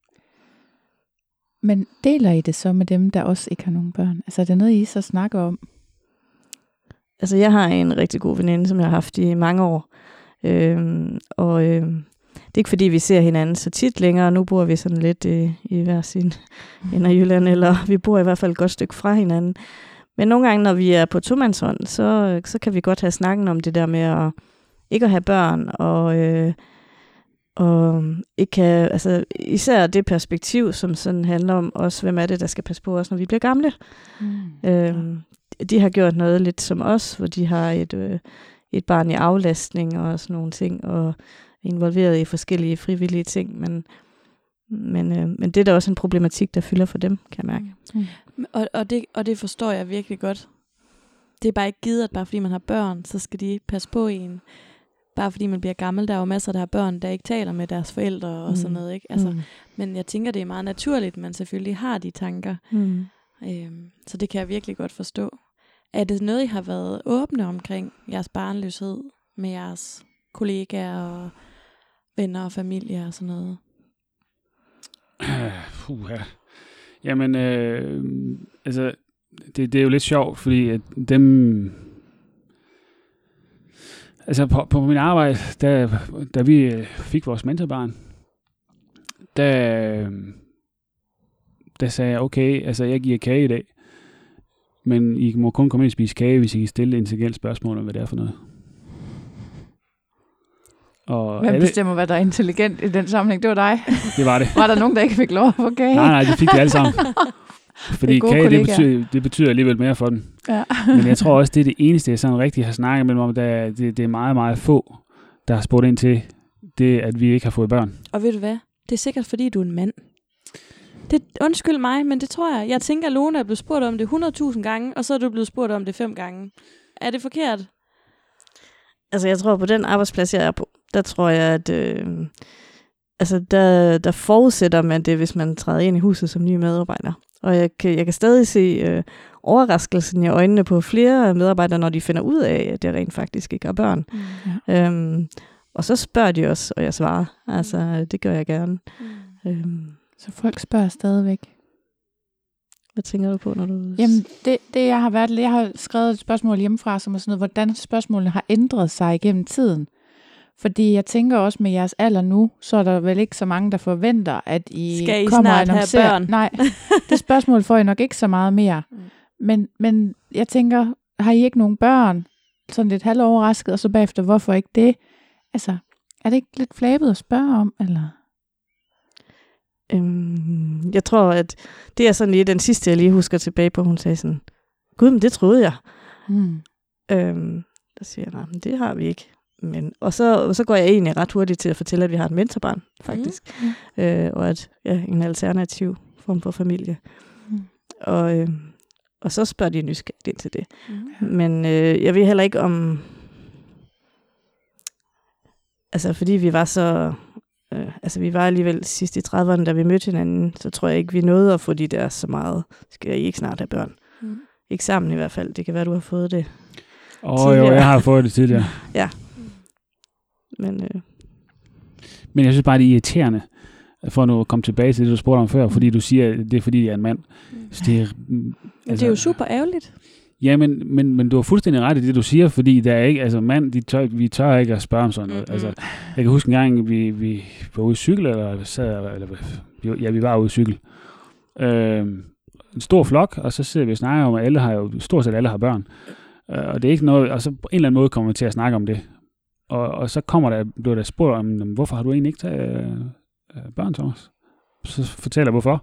S1: Men deler I det så med dem, der også ikke har nogen børn? Altså er det noget, I så snakker om?
S4: Altså, jeg har en rigtig god veninde, som jeg har haft i mange år. Øhm, og øhm, det er ikke, fordi vi ser hinanden så tit længere. Nu bor vi sådan lidt øh, i hver sin ende af Jylland, eller vi bor i hvert fald et godt stykke fra hinanden. Men nogle gange, når vi er på tomandshånd, så, så kan vi godt have snakken om det der med at ikke at have børn, og, øh, og ikke have, altså, især det perspektiv, som sådan handler om os, hvem er det, der skal passe på os, når vi bliver gamle. Mm. Øhm, De har gjort noget lidt som os, hvor de har et, øh, et barn i aflastning og sådan nogle ting, og involveret i forskellige frivillige ting, men, men, øh, men det er da også en problematik, der fylder for dem, kan jeg mærke.
S2: Mm. Og, og, det, og det forstår jeg virkelig godt. Det er bare ikke givet, at bare fordi man har børn, så skal de passe på en. Bare fordi man bliver gammel, der er jo masser, der har børn, der ikke taler med deres forældre og mm. sådan noget. Ikke? Altså, mm. Men jeg tænker, det er meget naturligt, at man selvfølgelig har de tanker. Mm. Øhm, så det kan jeg virkelig godt forstå. Er det noget, I har været åbne omkring, jeres barnløshed, med jeres kollegaer og venner og familie og sådan noget?
S3: Puh, ja. Jamen, øh, altså, det, det er jo lidt sjovt, fordi at dem... Altså, på, på min arbejde, da, da vi fik vores mentorbarn, der, der sagde jeg, okay, altså, jeg giver kage i dag, men I må kun komme ind og spise kage, hvis I kan stille et intelligent spørgsmål om, hvad det er for noget. Og
S1: hvem alle... bestemmer, hvad der er intelligent i den sammenhæng? Det var dig.
S3: Det var det.
S1: Var der nogen, der ikke fik lov at få kage?
S3: Nej, nej, det fik de alle sammen. Fordi det kage, det betyder, det betyder alligevel mere for den. Ja. Men jeg tror også, det er det eneste, jeg sådan rigtig har snakket med dem om, der, det, det er meget, meget få, der har spurgt ind til det, at vi ikke har fået børn.
S2: Og ved du hvad? Det er sikkert, fordi du er en mand. Det, undskyld mig, men det tror jeg. Jeg tænker, at Lone er blevet spurgt om det hundrede tusind gange, og så er du blevet spurgt om det fem gange. Er det forkert?
S4: Altså, jeg tror, på den arbejdsplads, jeg er på, der tror jeg, at øh, altså, der, der forudsætter man det, hvis man træder ind i huset som ny medarbejder. Og jeg kan, jeg kan stadig se øh, overraskelsen i øjnene på flere medarbejdere, når de finder ud af, at det rent faktisk ikke er børn. Mm, ja. øhm, og så spørger de også, og jeg svarer. Altså, det gør jeg gerne. Mm. Øhm,
S1: Så folk spørger stadigvæk.
S4: Hvad tænker du på, når du...
S1: Jamen, det, det jeg har været... Jeg har skrevet et spørgsmål hjemmefra, som er sådan noget, hvordan spørgsmålene har ændret sig igennem tiden. Fordi jeg tænker også med jeres alder nu, så er der vel ikke så mange, der forventer, at I,
S2: Skal I
S1: kommer
S2: snart have børn?
S1: Nej, det spørgsmål får I nok ikke så meget mere. Mm. Men, men jeg tænker, har I ikke nogen børn? Sådan lidt halvoverrasket, og så bagefter, hvorfor ikke det? Altså, er det ikke lidt flabet at spørge om, eller?
S4: Øhm, jeg tror, at det er sådan lige den sidste, jeg lige husker tilbage på. Hun sagde sådan, gud, men det troede jeg.
S1: Mm.
S4: Øhm, der siger jeg, nej, men det har vi ikke. Men, og, så, og så går jeg egentlig ret hurtigt til at fortælle, at vi har et mentorbarn, faktisk. Mm. Øh, og at ja, en alternativ form for familie. Mm. Og, øh, og så spørger de nysgerrigt ind til det. Mm. Men øh, jeg ved heller ikke om... Altså, fordi vi var så... Øh, altså, vi var alligevel sidst i trediverne, da vi mødte hinanden, så tror jeg ikke, vi nåede at få de der så meget. Skal I ikke snart have børn? Mm. Ikke sammen i hvert fald. Det kan være, du har fået det.
S3: Åh oh, jo, jeg har fået det tidligere.
S4: Ja. Men, øh.
S3: Men jeg synes bare, det er irriterende, for nu at komme tilbage til det, du spurgte om før, fordi du siger, at det er fordi, jeg er en mand. Så det, er,
S2: altså, det er jo super ærgerligt.
S3: Ja, men, men, men du har fuldstændig ret i det, du siger, fordi der er ikke, altså mand, de tør, vi tør ikke at spørge om sådan noget. Mm-hmm. Altså, jeg kan huske en gang, vi, vi var ude i cykel, eller, sad, eller ja, vi var ude i cykel. Øh, en stor flok, og så sidder vi og snakker om, at alle har jo, stort set alle har børn. Øh, og det er ikke noget, og så på en eller anden måde kommer vi til at snakke om det. Og, og så kommer der, bliver der spurgt om, hvorfor har du egentlig ikke taget øh, børn, Thomas? Så fortæller jeg, hvorfor.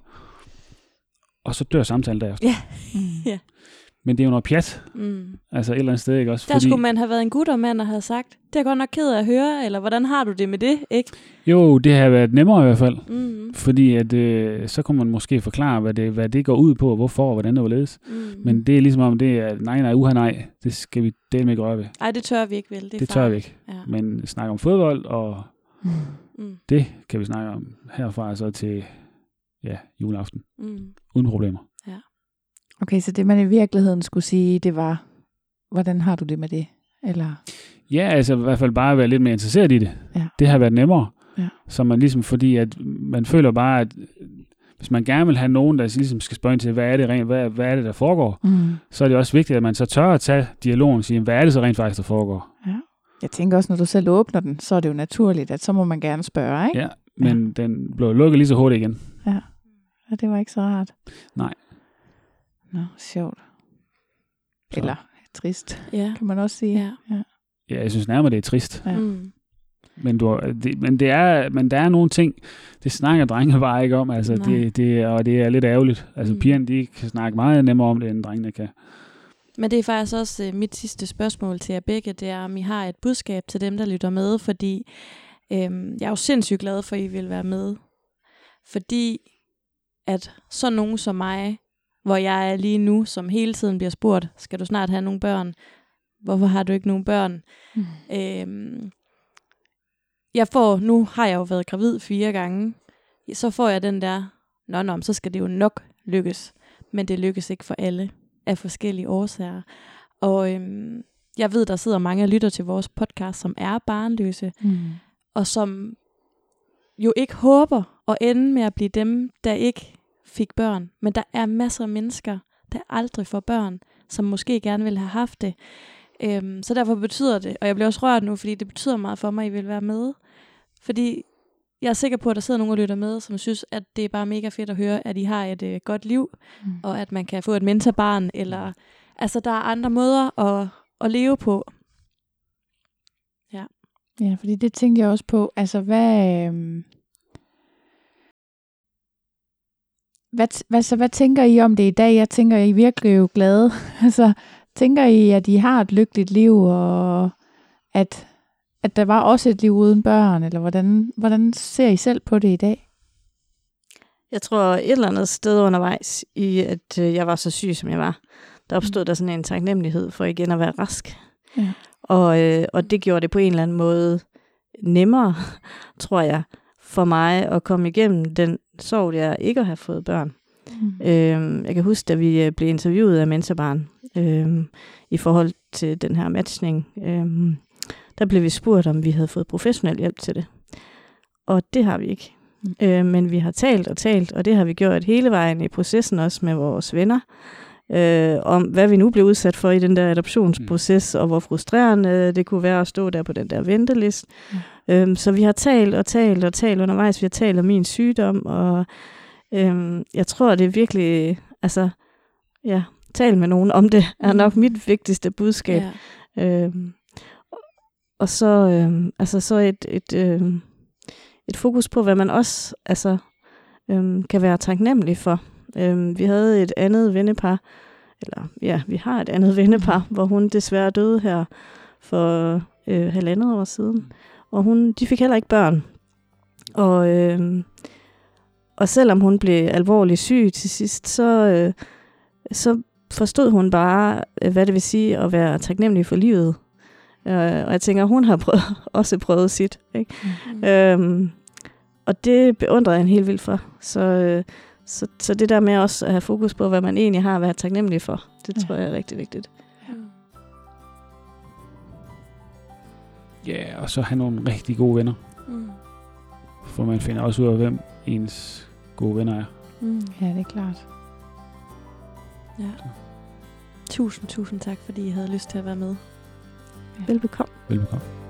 S3: Og så dør samtalen derefter.
S2: Ja. Mm. Yeah.
S3: Men det er jo noget pjat.
S2: Mm.
S3: Altså et eller andet sted, ikke også?
S2: Der
S3: fordi...
S2: skulle man have været en guttermand og have sagt, det er jeg godt nok ked af at høre, eller hvordan har du det med det, ikke?
S3: Jo, det har været nemmere i hvert fald.
S2: Mm.
S3: Fordi at, øh, så kunne man måske forklare, hvad det, hvad det går ud på, og hvorfor, og hvordan det var ledes. Mm. Men det er ligesom om, det er nej, nej, uha, nej. Det skal vi dele med ikke røre ved.
S2: Nej, det tør vi ikke vel. Det,
S3: det tør vi ikke.
S2: Ja.
S3: Men snakke om fodbold, og
S2: mm.
S3: det kan vi snakke om herfra så til ja, juleaften.
S2: Mm.
S3: Uden problemer.
S2: Ja.
S1: Okay, så det man i virkeligheden skulle sige, det var, hvordan har du det med det? Eller?
S3: Ja, altså i hvert fald bare være lidt mere interesseret i det.
S1: Ja.
S3: Det har været nemmere.
S1: Ja.
S3: Så man ligesom, fordi at man føler bare, at hvis man gerne vil have nogen, der ligesom skal spørge ind til, hvad er det, rent, hvad, hvad er det der foregår, mm. så er det også vigtigt, at man så tør at tage dialogen og sige, hvad er det så rent faktisk, der foregår.
S1: Ja. Jeg tænker også, når du selv åbner den, så er det jo naturligt, at så må man gerne spørge, ikke?
S3: Ja, men ja. Den blev lukket lige så hurtigt igen.
S1: Ja, ja det var ikke så rart.
S3: Nej.
S1: Nå, sjovt.
S3: Så.
S1: Eller trist,
S2: ja.
S1: Kan man også sige.
S2: Ja,
S1: ja.
S3: ja jeg synes nærmere, det er trist.
S1: Ja.
S2: Mm.
S3: Men, du, det, men, det er, men der er nogle ting, det snakker drenge bare ikke om, altså det, det, og det er lidt ærgerligt. Altså mm. pigerne, de kan snakke meget nemmere om det, end drengene kan.
S2: Men det er faktisk også uh, mit sidste spørgsmål til jer begge, det er, om I har et budskab til dem, der lytter med, fordi øhm, jeg er jo sindssygt glad for, at I vil være med. Fordi at så nogen som mig, hvor jeg er lige nu, som hele tiden bliver spurgt, skal du snart have nogle børn? Hvorfor har du ikke nogen børn? Mm. Øhm, jeg får, nu har jeg jo været gravid fire gange, så får jeg den der, nå nå, så skal det jo nok lykkes. Men det lykkes ikke for alle, af forskellige årsager. Og øhm, jeg ved, der sidder mange og lytter til vores podcast, som er barnløse, mm. og som jo ikke håber at ende med at blive dem, der ikke fik børn. Men der er masser af mennesker, der aldrig får børn, som måske gerne ville have haft det. Øhm, så derfor betyder det, og jeg bliver også rørt nu, fordi det betyder meget for mig, at I vil være med. Fordi jeg er sikker på, at der sidder nogen og lytter med, som synes, at det er bare mega fedt at høre, at I har et øh, godt liv, mm. og at man kan få et mentorbarn, eller altså der er andre måder at, at leve på. Ja.
S1: Ja, fordi det tænkte jeg også på. Altså, hvad... Øh... Hvad, hvad, så hvad tænker I om det i dag? Jeg tænker, I er virkelig jo glade. Altså, tænker I, at I har et lykkeligt liv, og at, at der var også et liv uden børn? Eller hvordan, hvordan ser I selv på det i dag?
S4: Jeg tror et eller andet sted undervejs i, at jeg var så syg, som jeg var, der opstod mm. der sådan en taknemmelighed for igen at være rask. Ja. Og, øh, og det gjorde det på en eller anden måde nemmere, tror jeg, for mig at komme igennem den sorg, jeg ikke at have fået børn. Mm. Øhm, jeg kan huske, da vi blev interviewet af Mentorbarn øhm, i forhold til den her matchning, øhm, der blev vi spurgt, om vi havde fået professionel hjælp til det. Og det har vi ikke. Mm. Øh, men vi har talt og talt, og det har vi gjort hele vejen i processen, også med vores venner, øh, om hvad vi nu blev udsat for i den der adoptionsproces, mm. og hvor frustrerende det kunne være at stå der på den der venteliste. Mm. Øhm, så vi har talt og talt og talt undervejs. Vi har talt om min sygdom, og øhm, jeg tror, det er virkelig, altså, ja, tale med nogen om det, er nok mit vigtigste budskab. Yeah. Øhm, og så, øh, altså så et, et, øh, et fokus på, hvad man også altså, øh, kan være taknemmelig for. Øh, vi havde et andet vennepar, eller ja, vi har et andet vennepar, hvor hun desværre døde her for øh, halvandet år siden. Og hun, de fik heller ikke børn. Og, øh, og selvom hun blev alvorligt syg til sidst, så, øh, så forstod hun bare, hvad det vil sige at være taknemmelig for livet. Øh, og jeg tænker, hun har prøvet, også prøvet sit. Ikke? Mm-hmm. Øhm, og det beundrer jeg en helt vildt for. Så, øh, så, så det der med også at have fokus på, hvad man egentlig har at være taknemmelig for, det tror jeg er rigtig vigtigt.
S3: Ja, yeah, og så have nogle rigtig gode venner. Mm. For man finder også ud af, hvem ens gode venner er.
S1: Mm. Ja, det er klart.
S2: Ja. Tusind, tusind tak, fordi I havde lyst til at være med.
S4: Ja. Velbekomme.
S3: Velbekomme.